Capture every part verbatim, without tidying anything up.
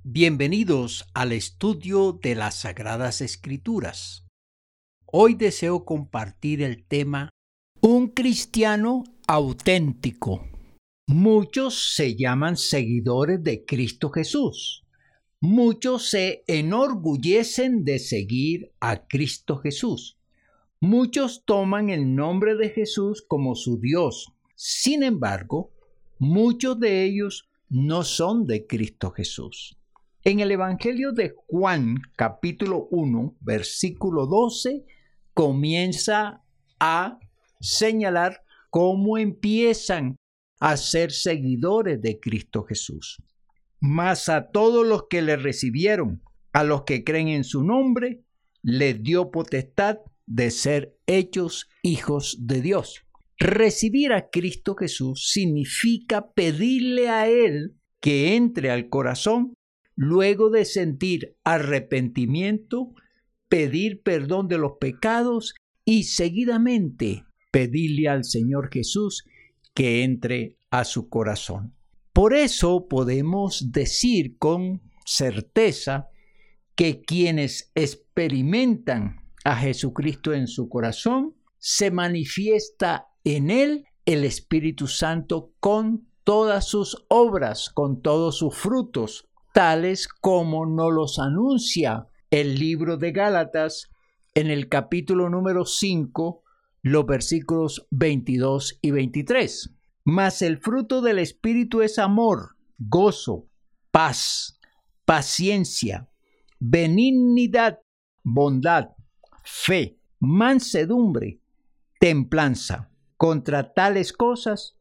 Bienvenidos al estudio de las Sagradas Escrituras. Hoy deseo compartir el tema Un cristiano auténtico. Muchos se llaman seguidores de Cristo Jesús. Muchos se enorgullecen de seguir a Cristo Jesús. Muchos toman el nombre de Jesús como su Dios. Sin embargo, muchos de ellos no son de Cristo Jesús. En el Evangelio de Juan, capítulo uno, versículo doce, comienza a señalar cómo empiezan a ser seguidores de Cristo Jesús. Mas a todos los que le recibieron, a los que creen en su nombre, les dio potestad de ser hechos hijos de Dios. Recibir a Cristo Jesús significa pedirle a Él que entre al corazón. Luego de sentir arrepentimiento, pedir perdón de los pecados y seguidamente pedirle al Señor Jesús que entre a su corazón. Por eso podemos decir con certeza que quienes experimentan a Jesucristo en su corazón, se manifiesta en él el Espíritu Santo con todas sus obras, con todos sus frutos, tales como nos los anuncia el libro de Gálatas en el capítulo número cinco, los versículos veintidós y veintitrés. Mas el fruto del Espíritu es amor, gozo, paz, paciencia, benignidad, bondad, fe, mansedumbre, templanza. Contra tales cosas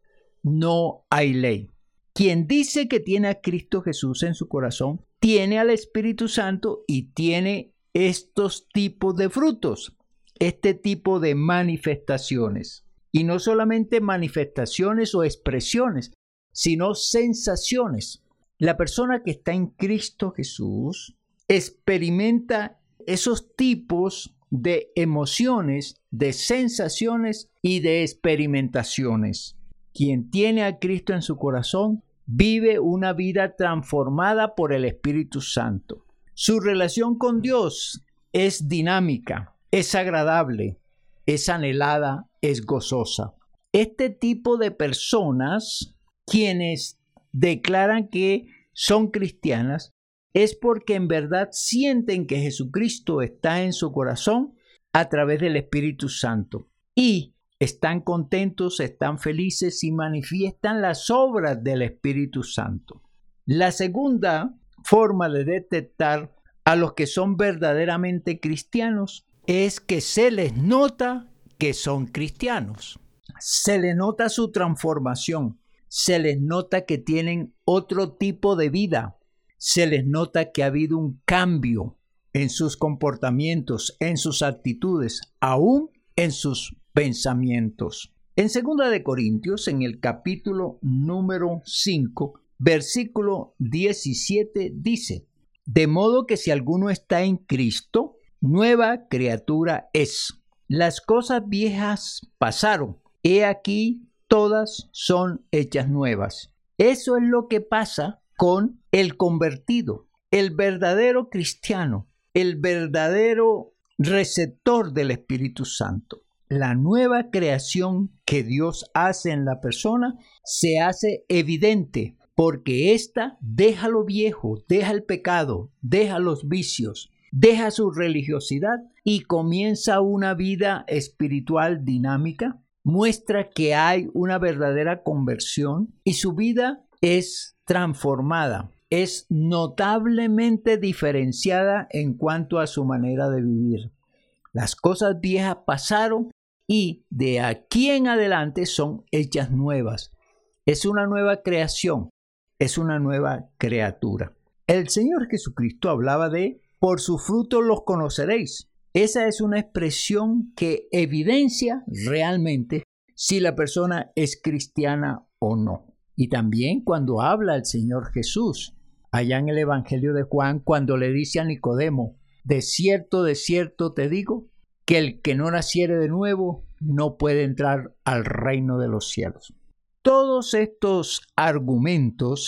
no hay ley. Quien dice que tiene a Cristo Jesús en su corazón, tiene al Espíritu Santo y tiene estos tipos de frutos, este tipo de manifestaciones. Y no solamente manifestaciones o expresiones, sino sensaciones. La persona que está en Cristo Jesús experimenta esos tipos de emociones, de sensaciones y de experimentaciones. Quien tiene a Cristo en su corazón vive una vida transformada por el Espíritu Santo. Su relación con Dios es dinámica, es agradable, es anhelada, es gozosa. Este tipo de personas, quienes declaran que son cristianas, es porque en verdad sienten que Jesucristo está en su corazón a través del Espíritu Santo. Y están contentos, están felices y manifiestan las obras del Espíritu Santo. La segunda forma de detectar a los que son verdaderamente cristianos es que se les nota que son cristianos. Se les nota su transformación, se les nota que tienen otro tipo de vida, se les nota que ha habido un cambio en sus comportamientos, en sus actitudes, aún en sus pensamientos. En segunda de Corintios, en el capítulo número cinco, versículo diecisiete, dice: de modo que si alguno está en Cristo, nueva criatura es. Las cosas viejas pasaron, he aquí todas son hechas nuevas. Eso es lo que pasa con el convertido, el verdadero cristiano, el verdadero receptor del Espíritu Santo. La nueva creación que Dios hace en la persona se hace evidente porque ésta deja lo viejo, deja el pecado, deja los vicios, deja su religiosidad y comienza una vida espiritual dinámica. Muestra que hay una verdadera conversión y su vida es transformada, es notablemente diferenciada en cuanto a su manera de vivir. Las cosas viejas pasaron y de aquí en adelante son hechas nuevas. Es una nueva creación, es una nueva criatura. El Señor Jesucristo hablaba de por sus frutos los conoceréis. Esa es una expresión que evidencia realmente si la persona es cristiana o no. Y también cuando habla el Señor Jesús, allá en el Evangelio de Juan, cuando le dice a Nicodemo: de cierto, de cierto te digo, que el que no naciere de nuevo no puede entrar al reino de los cielos. Todos estos argumentos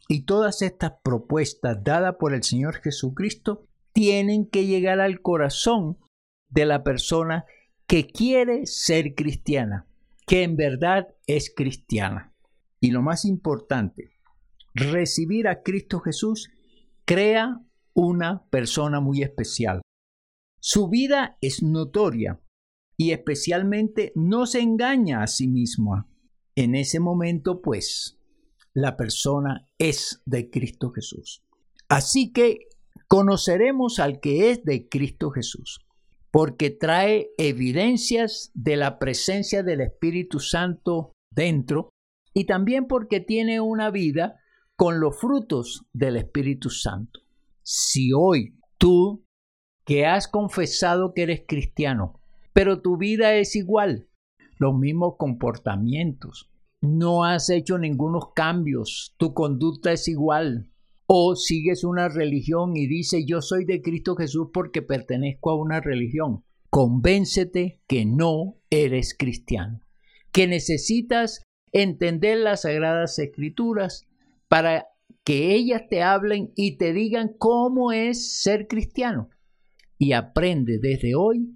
y todas estas propuestas dadas por el Señor Jesucristo tienen que llegar al corazón de la persona que quiere ser cristiana, que en verdad es cristiana. Y lo más importante, recibir a Cristo Jesús crea una persona muy especial. Su vida es notoria y especialmente no se engaña a sí misma. En ese momento, pues, la persona es de Cristo Jesús. Así que conoceremos al que es de Cristo Jesús, porque trae evidencias de la presencia del Espíritu Santo dentro y también porque tiene una vida con los frutos del Espíritu Santo. Si hoy tú, que has confesado que eres cristiano, pero tu vida es igual, los mismos comportamientos, no has hecho ningunos cambios, tu conducta es igual, o sigues una religión y dices yo soy de Cristo Jesús porque pertenezco a una religión, convéncete que no eres cristiano, que necesitas entender las Sagradas Escrituras para que ellas te hablen y te digan cómo es ser cristiano. Y aprende desde hoy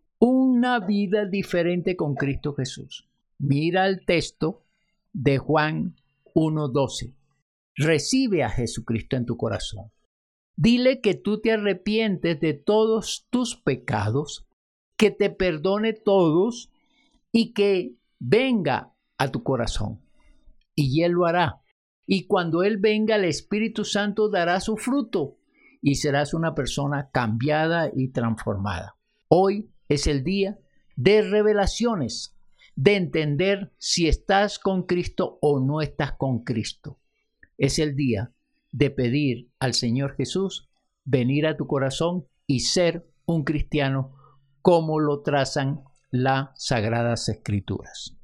una vida diferente con Cristo Jesús. Mira el texto de Juan uno doce. Recibe a Jesucristo en tu corazón. Dile que tú te arrepientes de todos tus pecados, que te perdone todos y que venga a tu corazón. Y Él lo hará. Y cuando Él venga, el Espíritu Santo dará su fruto y serás una persona cambiada y transformada. Hoy es el día de revelaciones, de entender si estás con Cristo o no estás con Cristo. Es el día de pedir al Señor Jesús venir a tu corazón y ser un cristiano como lo trazan las Sagradas Escrituras.